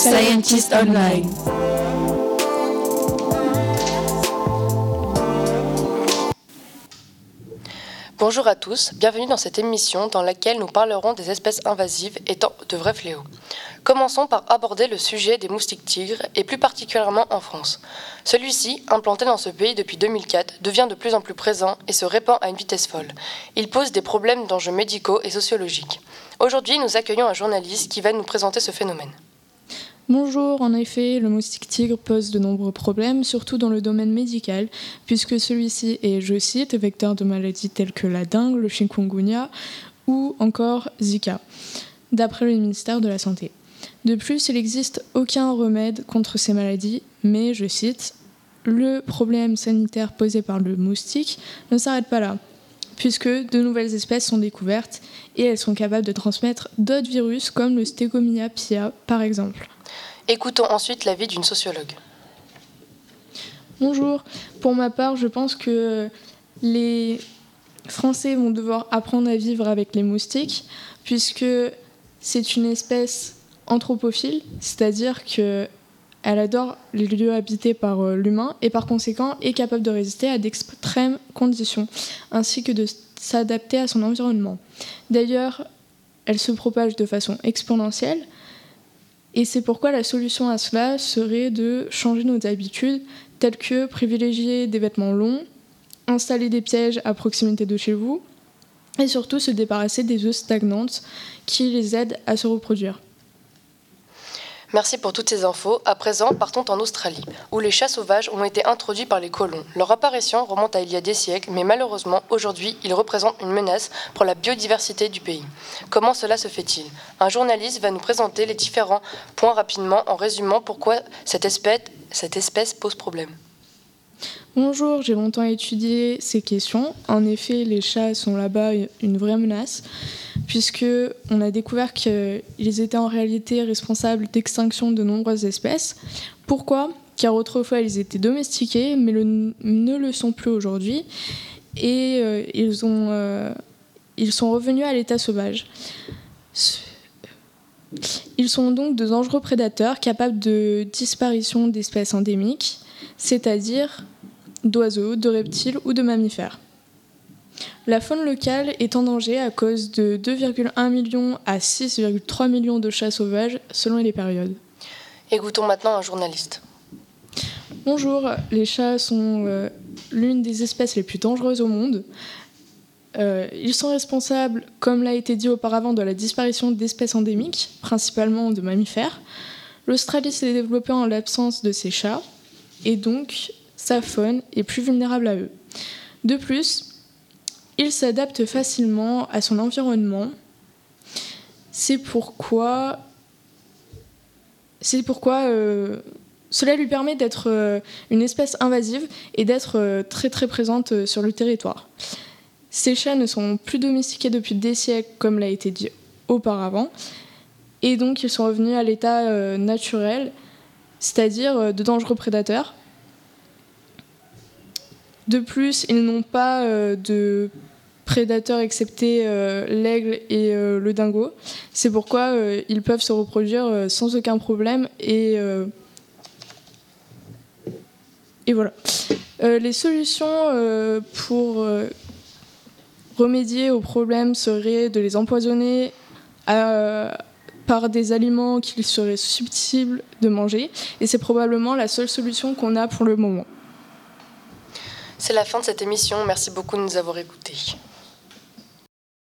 Scientist Online. Bonjour à tous, bienvenue dans cette émission dans laquelle nous parlerons des espèces invasives étant de vrais fléaux. Commençons par aborder le sujet des moustiques tigres et plus particulièrement en France. Celui-ci, implanté dans ce pays depuis 2004, devient de plus en plus présent et se répand à une vitesse folle. Il pose des problèmes d'enjeux médicaux et sociologiques. Aujourd'hui, nous accueillons un journaliste qui va nous présenter ce phénomène. Bonjour, en effet, le moustique tigre pose de nombreux problèmes, surtout dans le domaine médical, puisque celui-ci est, je cite, vecteur de maladies telles que la dengue, le chikungunya ou encore Zika, d'après le ministère de la Santé. De plus, il n'existe aucun remède contre ces maladies, mais, je cite, le problème sanitaire posé par le moustique ne s'arrête pas là, puisque de nouvelles espèces sont découvertes et elles sont capables de transmettre d'autres virus comme le Stegomyia pia par exemple. Écoutons ensuite l'avis d'une sociologue. Bonjour, pour ma part, je pense que les Français vont devoir apprendre à vivre avec les moustiques, puisque c'est une espèce anthropophile, c'est-à-dire qu'elle adore les lieux habités par l'humain et par conséquent est capable de résister à d'extrêmes conditions, ainsi que de s'adapter à son environnement. D'ailleurs, elle se propage de façon exponentielle, et c'est pourquoi la solution à cela serait de changer nos habitudes, telles que privilégier des vêtements longs, installer des pièges à proximité de chez vous, et surtout se débarrasser des œufs stagnantes qui les aident à se reproduire. Merci pour toutes ces infos. À présent, partons en Australie, où les chats sauvages ont été introduits par les colons. Leur apparition remonte à il y a des siècles, mais malheureusement, aujourd'hui, ils représentent une menace pour la biodiversité du pays. Comment cela se fait-il ? Un journaliste va nous présenter les différents points rapidement en résumant pourquoi cette espèce pose problème. Bonjour, j'ai longtemps étudié ces questions. En effet, les chats sont là-bas une vraie menace, puisqu'on a découvert qu'ils étaient en réalité responsables d'extinction de nombreuses espèces. Pourquoi ? Car autrefois, ils étaient domestiqués, mais ne le sont plus aujourd'hui, et ils sont revenus à l'état sauvage. Ils sont donc de dangereux prédateurs capables de disparition d'espèces endémiques, c'est-à-dire d'oiseaux, de reptiles ou de mammifères. La faune locale est en danger à cause de 2,1 millions à 6,3 millions de chats sauvages selon les périodes. Écoutons maintenant un journaliste. Bonjour, les chats sont l'une des espèces les plus dangereuses au monde. Ils sont responsables, comme l'a été dit auparavant, de la disparition d'espèces endémiques, principalement de mammifères. L'Australie s'est développée en l'absence de ces chats, et donc sa faune est plus vulnérable à eux. De plus, il s'adapte facilement à son environnement. C'est pourquoi cela lui permet d'être une espèce invasive et d'être très très présente sur le territoire. Ces chats ne sont plus domestiqués depuis des siècles, comme l'a été dit auparavant, et donc ils sont revenus à l'état naturel, c'est-à-dire de dangereux prédateurs. De plus, ils n'ont pas de prédateurs excepté l'aigle et le dingo. C'est pourquoi ils peuvent se reproduire sans aucun problème et voilà. Les solutions pour remédier au problème seraient de les empoisonner par des aliments qu'ils seraient susceptibles de manger, et c'est probablement la seule solution qu'on a pour le moment. C'est la fin de cette émission. Merci beaucoup de nous avoir écoutés.